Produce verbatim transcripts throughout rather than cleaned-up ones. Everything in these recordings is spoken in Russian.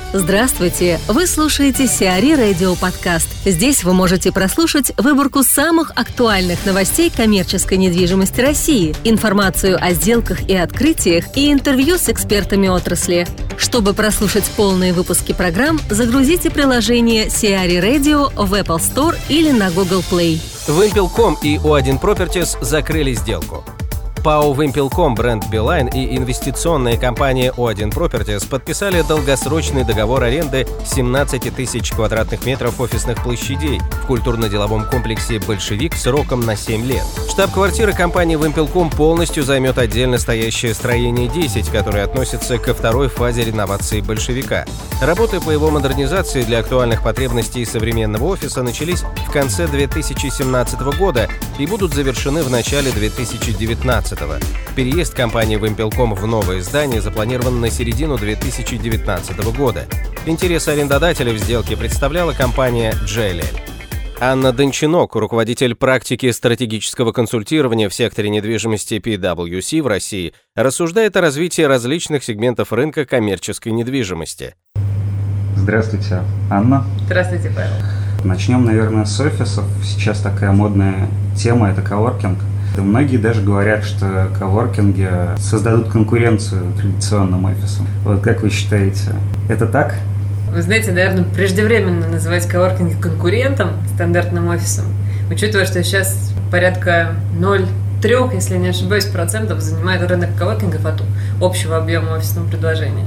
Здравствуйте! Вы слушаете Сиари Радио Подкаст. Здесь вы можете прослушать выборку самых актуальных новостей коммерческой недвижимости России, информацию о сделках и открытиях и интервью с экспертами отрасли. Чтобы прослушать полные выпуски программ, загрузите приложение Сиари Radio в Apple Store или на Google Play. Вымпелком и О один Properties закрыли сделку. ПАО «Вымпелком», бренд «Билайн» и инвестиционная компания О один Properties подписали долгосрочный договор аренды семнадцать тысяч квадратных метров офисных площадей в культурно-деловом комплексе «Большевик» сроком на семь лет. Штаб-квартира компании «Вымпелком» полностью займет отдельно стоящее строение десять, которое относится ко второй фазе реновации «Большевика». Работы по его модернизации для актуальных потребностей современного офиса начались в конце две тысячи семнадцатого года и будут завершены в начале две тысячи девятнадцатого. Переезд компании «Вымпелком» в новое здание запланирован на середину две тысячи девятнадцатого года. Интерес арендодателя в сделке представляла компания джей эл эл. Анна Дончинок, руководитель практики стратегического консультирования в секторе недвижимости пи дабл ю си в России, рассуждает о развитии различных сегментов рынка коммерческой недвижимости. Здравствуйте, Анна. Здравствуйте, Павел. Начнем, наверное, с офисов. Сейчас такая модная тема – это коворкинг. И многие даже говорят, что коворкинги создадут конкуренцию традиционным офисам. Вот как вы считаете, это так? Вы знаете, наверное, преждевременно называть коворкинги конкурентом, стандартным офисом, учитывая, что сейчас порядка ноль целых три десятых, если не ошибаюсь, процентов занимает рынок коворкингов от общего объема офисного предложения.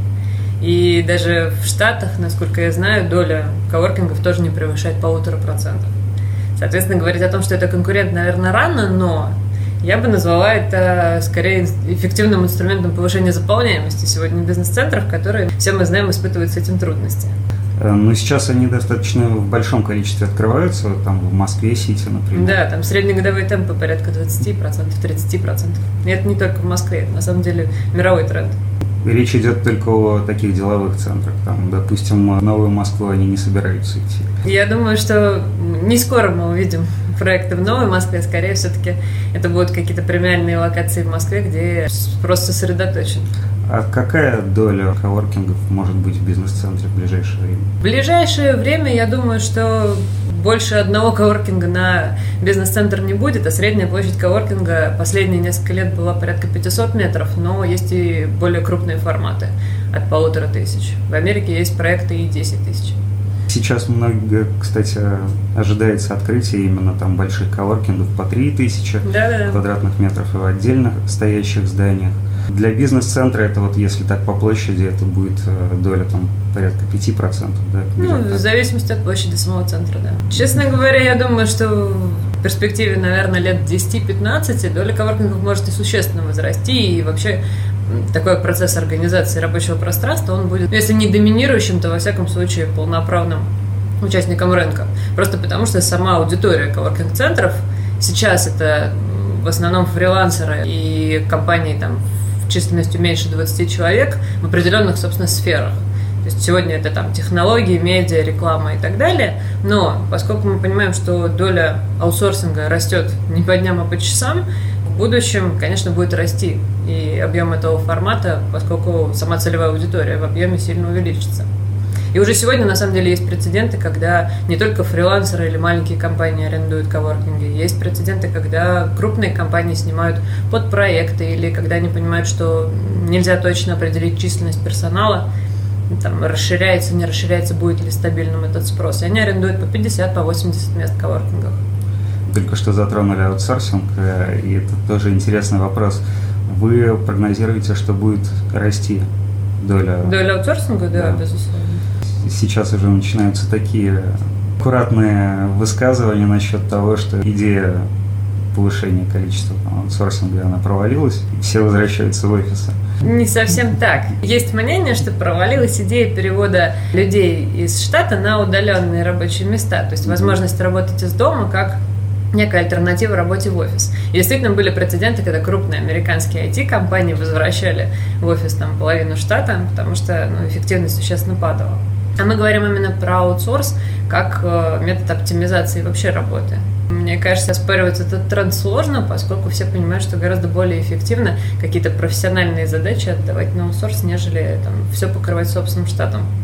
И даже в Штатах, насколько я знаю, доля коворкингов тоже не превышает полутора процентов. Соответственно, говорить о том, что это конкурент, наверное, рано, но я бы назвала это скорее эффективным инструментом повышения заполняемости сегодня бизнес-центров, которые, все мы знаем, испытывают с этим трудности. Но сейчас они достаточно в большом количестве открываются, там в Москве-Сити, например. Да, там среднегодовые темпы порядка двадцать процентов, тридцать процентов. И это не только в Москве, это на самом деле мировой тренд. Речь идет только о таких деловых центрах. Там, допустим, новую Москву они не собираются идти. Я думаю, что не скоро мы увидим проекты в Новой Москве. Скорее, все-таки это будут какие-то премиальные локации в Москве, где спрос сосредоточен. А какая доля коворкингов может быть в бизнес-центре в ближайшее время? В ближайшее время, я думаю, что больше одного коворкинга на бизнес-центр не будет, а средняя площадь коворкинга последние несколько лет была порядка пятьсот метров, но есть и более крупные форматы от полутора тысяч. В Америке есть проекты и десять тысяч. Сейчас много, кстати, ожидается открытие именно там больших коворкингов по три тысячи Да-да-да. квадратных метров и в отдельных стоящих зданиях. Для бизнес-центра это вот, если так по площади, это будет доля там порядка пять процентов, да? Ну, в зависимости от площади самого центра, да. Честно говоря, я думаю, что в перспективе, наверное, лет десять-пятнадцать доля коворкингов может и существенно возрасти, и вообще такой процесс организации рабочего пространства, он будет, если не доминирующим, то, во всяком случае, полноправным участником рынка. Просто потому, что сама аудитория коворкинг-центров сейчас это в основном фрилансеры и компании там численностью меньше двадцати человек в определенных, собственно, сферах. То есть сегодня это там технологии, медиа, реклама и так далее. Но поскольку мы понимаем, что доля аутсорсинга растет не по дням, а по часам, в будущем, конечно, будет расти и объем этого формата, поскольку сама целевая аудитория в объеме сильно увеличится. И уже сегодня, на самом деле, есть прецеденты, когда не только фрилансеры или маленькие компании арендуют коворкинги. Есть прецеденты, когда крупные компании снимают под проекты или когда они понимают, что нельзя точно определить численность персонала, там, расширяется, не расширяется, будет ли стабильным этот спрос. И они арендуют по пятьдесят, по восемьдесят мест в коворкингах. Только что затронули аутсорсинг, и это тоже интересный вопрос. Вы прогнозируете, что будет расти доля? Доля аутсорсинга, да, да. безусловно. Сейчас уже начинаются такие аккуратные высказывания насчет того, что идея повышения количества аутсорсинга, она провалилась, и все возвращаются в офисы. Не совсем так. Есть мнение, что провалилась идея перевода людей из штата на удаленные рабочие места, то есть возможность работать из дома как некая альтернатива работе в офис. И действительно были прецеденты, когда крупные американские ай ти-компании возвращали в офис там половину штата, потому что ну, эффективность существенно падала. А мы говорим именно про аутсорс как метод оптимизации вообще работы. Мне кажется, оспаривать этот тренд сложно, поскольку все понимают, что гораздо более эффективно какие-то профессиональные задачи отдавать на аутсорс, нежели там, все покрывать собственным штатом.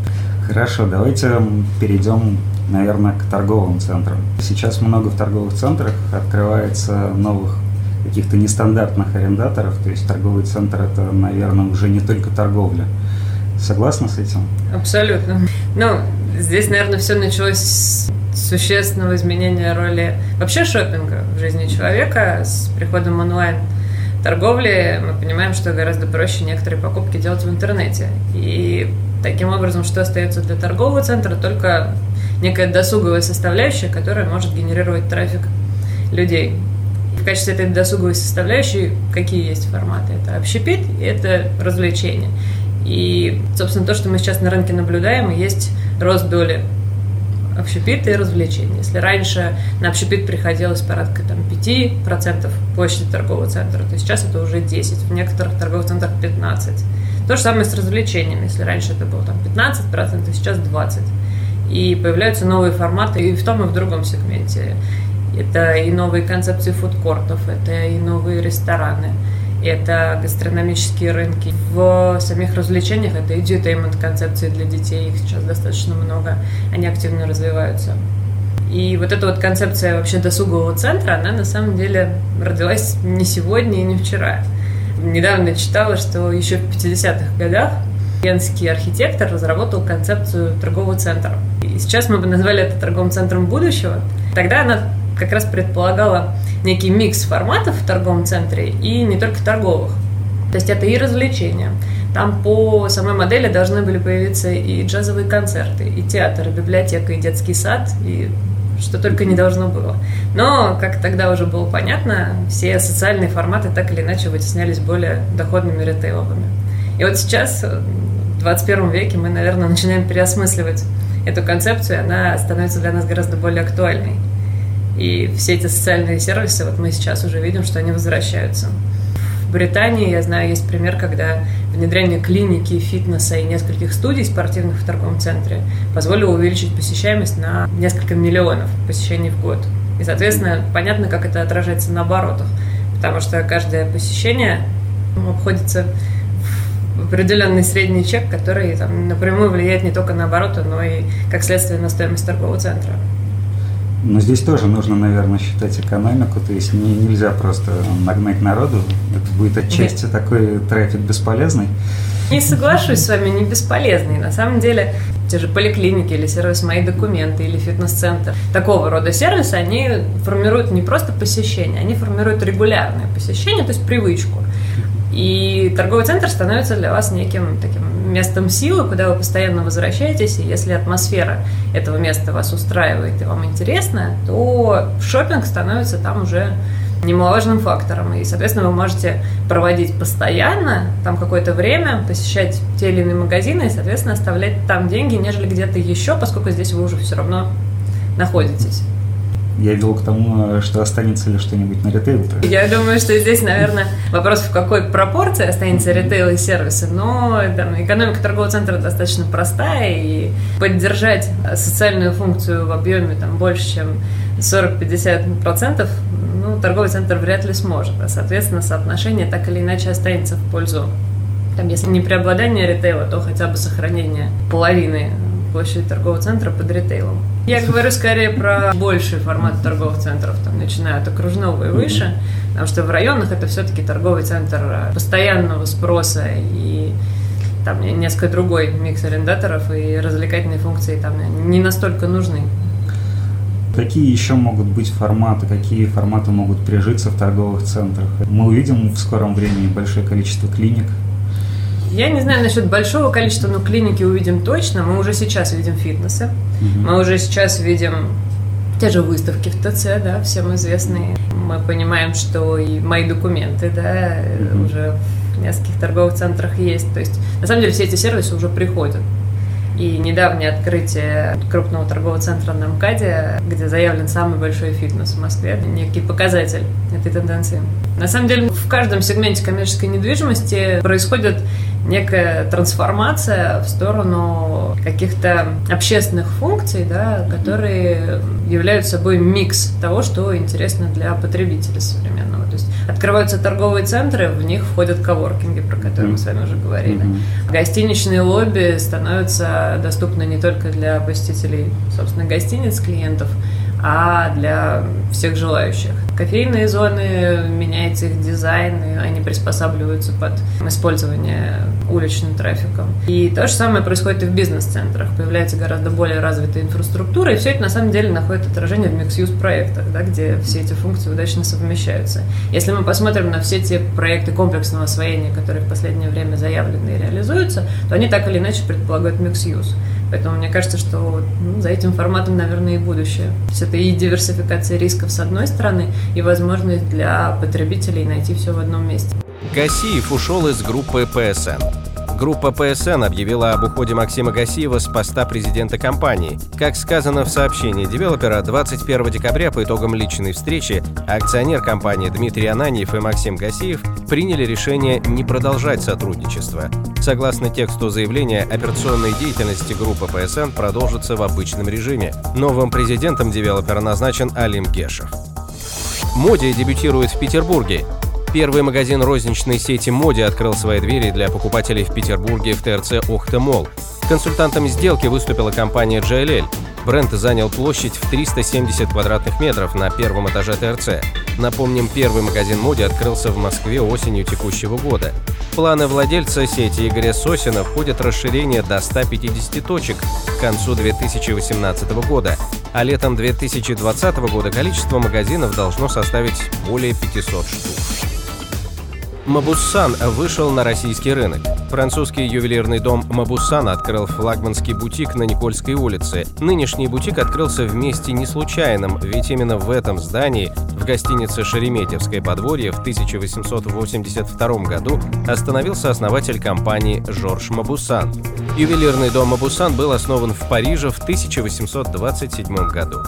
Хорошо, давайте перейдем, наверное, к торговым центрам. Сейчас много в торговых центрах открывается новых каких-то нестандартных арендаторов, то есть торговый центр – это, наверное, уже не только торговля. Согласна с этим? Абсолютно. Ну, здесь, наверное, все началось с существенного изменения роли вообще шопинга в жизни человека. С приходом онлайн-торговли мы понимаем, что гораздо проще некоторые покупки делать в интернете. И таким образом, что остается для торгового центра? Только некая досуговая составляющая, которая может генерировать трафик людей. В качестве этой досуговой составляющей какие есть форматы? Это общепит и это развлечения. И, собственно, то, что мы сейчас на рынке наблюдаем, есть рост доли общепита и развлечений. Если раньше на общепит приходилось порядка там, пять процентов площади торгового центра, то сейчас это уже десять процентов, в некоторых торговых центрах пятнадцать процентов. То же самое с развлечениями. Если раньше это было там, пятнадцать процентов, сейчас двадцать процентов. И появляются новые форматы и в том, и в другом сегменте. Это и новые концепции фудкортов, это и новые рестораны, это гастрономические рынки. В самих развлечениях это edutainment концепции для детей, их сейчас достаточно много, они активно развиваются. И вот эта вот концепция вообще досугового центра, она на самом деле родилась не сегодня и не вчера. Недавно читала, что еще в пятидесятых годах венский архитектор разработал концепцию торгового центра. И сейчас мы бы назвали это торговым центром будущего. Тогда она как раз предполагала некий микс форматов в торговом центре и не только торговых. То есть это и развлечения. Там по самой модели должны были появиться и джазовые концерты, и театр, и библиотека, и детский сад, и что только не должно было. Но, как тогда уже было понятно, все социальные форматы так или иначе вытеснялись более доходными ритейловыми. И вот сейчас, в двадцать первом веке, мы, наверное, начинаем переосмысливать эту концепцию, и она становится для нас гораздо более актуальной. И все эти социальные сервисы, вот мы сейчас уже видим, что они возвращаются. В Британии, я знаю, есть пример, когда внедрение клиники, фитнеса и нескольких студий спортивных в торговом центре позволило увеличить посещаемость на несколько миллионов посещений в год. И, соответственно, понятно, как это отражается на оборотах, потому что каждое посещение обходится в определенный средний чек, который там, напрямую влияет не только на обороты, но и, как следствие, на стоимость торгового центра. Но здесь тоже нужно, наверное, считать экономику, то есть не, нельзя просто нагнать народу, это будет отчасти Нет. такой трафик бесполезный. Не соглашусь с вами, не бесполезный. На самом деле, те же поликлиники или сервис «Мои документы» или фитнес-центр, такого рода сервисы, они формируют не просто посещение, они формируют регулярное посещение, то есть привычку. И торговый центр становится для вас неким таким местом силы, куда вы постоянно возвращаетесь, и если атмосфера этого места вас устраивает и вам интересно, то шопинг становится там уже немаловажным фактором. И, соответственно, вы можете проводить постоянно там какое-то время, посещать те или иные магазины и, соответственно, оставлять там деньги, нежели где-то еще, поскольку здесь вы уже все равно находитесь. Я вел к тому, что останется ли что-нибудь на ритейл-то. Я думаю, что здесь, наверное, вопрос, в какой пропорции останется ритейл и сервисы, но там, экономика торгового центра достаточно простая, и поддержать социальную функцию в объеме там, больше, чем сорок-пятьдесят процентов, ну, торговый центр вряд ли сможет, а, соответственно, соотношение так или иначе останется в пользу, там, если не преобладание ритейла, то хотя бы сохранение половины площади торгового центра под ритейлом. Я говорю скорее про больший формат торговых центров, там, начиная от окружного и выше, потому что в районах это все-таки торговый центр постоянного спроса и там несколько другой микс арендаторов, и развлекательные функции там не настолько нужны. Какие еще могут быть форматы, какие форматы могут прижиться в торговых центрах? Мы увидим в скором времени большое количество клиник. Я не знаю насчет большого количества, но клиники увидим точно. Мы уже сейчас видим фитнесы, mm-hmm. мы уже сейчас видим те же выставки в ТЦ, да, всем известные. Мы понимаем, что и мои документы, да, mm-hmm. уже в нескольких торговых центрах есть. То есть, на самом деле, все эти сервисы уже приходят. И недавнее открытие крупного торгового центра на МКАДе, где заявлен самый большой фитнес в Москве, некий показатель этой тенденции. На самом деле, в каждом сегменте коммерческой недвижимости происходят некая трансформация в сторону каких-то общественных функций, да, которые являются собой микс того, что интересно для потребителя современного. То есть открываются торговые центры, в них входят коворкинги, про которые мы с вами уже говорили. Mm-hmm. Гостиничные лобби становятся доступны не только для посетителей, собственно, гостиниц, клиентов, а для всех желающих. Кофейные зоны, меняется их дизайн, и они приспосабливаются под использование уличным трафиком. И то же самое происходит и в бизнес-центрах. Появляется гораздо более развитая инфраструктура, и все это на самом деле находит отражение в микс-юз проектах, да, где все эти функции удачно совмещаются. Если мы посмотрим на все те проекты комплексного освоения, которые в последнее время заявлены и реализуются, то они так или иначе предполагают микс-юз. Поэтому мне кажется, что ну, за этим форматом, наверное, и будущее. То есть это и диверсификация рисков с одной стороны, и возможность для потребителей найти все в одном месте. Гассиев ушел из группы пэ эс эн. Группа пэ эс эн объявила об уходе Максима Гассиева с поста президента компании. Как сказано в сообщении девелопера, двадцать первого декабря по итогам личной встречи акционер компании Дмитрий Ананьев и Максим Гассиев приняли решение не продолжать сотрудничество. Согласно тексту заявления, операционной деятельности группы пэ эс эн продолжится в обычном режиме. Новым президентом девелопера назначен Алим Гешев. Моди дебютирует в Петербурге. Первый магазин розничной сети Моди открыл свои двери для покупателей в Петербурге в тэ эр цэ Охта Молл. Консультантом сделки выступила компания джей эл эл. Бренд занял площадь в триста семьдесят квадратных метров на первом этаже тэ эр цэ. Напомним, первый магазин Моди открылся в Москве осенью текущего года. В планы владельца сети Игоря Сосина входит расширение до ста пятидесяти точек к концу две тысячи восемнадцатого года, а летом две тысячи двадцатого года количество магазинов должно составить более пятисот штук. Мабуссан вышел на российский рынок. Французский ювелирный дом Мабуссан открыл флагманский бутик на Никольской улице. Нынешний бутик открылся в месте не случайном, ведь именно в этом здании, в гостинице «Шереметьевское подворье» в тысяча восемьсот восемьдесят втором году остановился основатель компании Жорж Мабуссан. Ювелирный дом Мабуссан был основан в Париже в тысяча восемьсот двадцать седьмом году.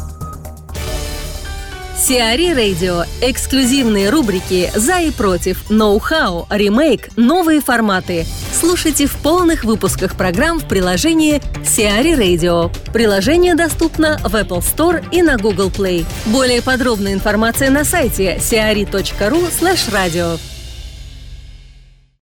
Сиари Radio. Эксклюзивные рубрики «За и против», «Ноу-хау», «Ремейк», «Новые форматы». Слушайте в полных выпусках программ в приложении Сиари Radio. Приложение доступно в Apple Store и на Google Play. Более подробная информация на сайте сиари точка ру слэш радио.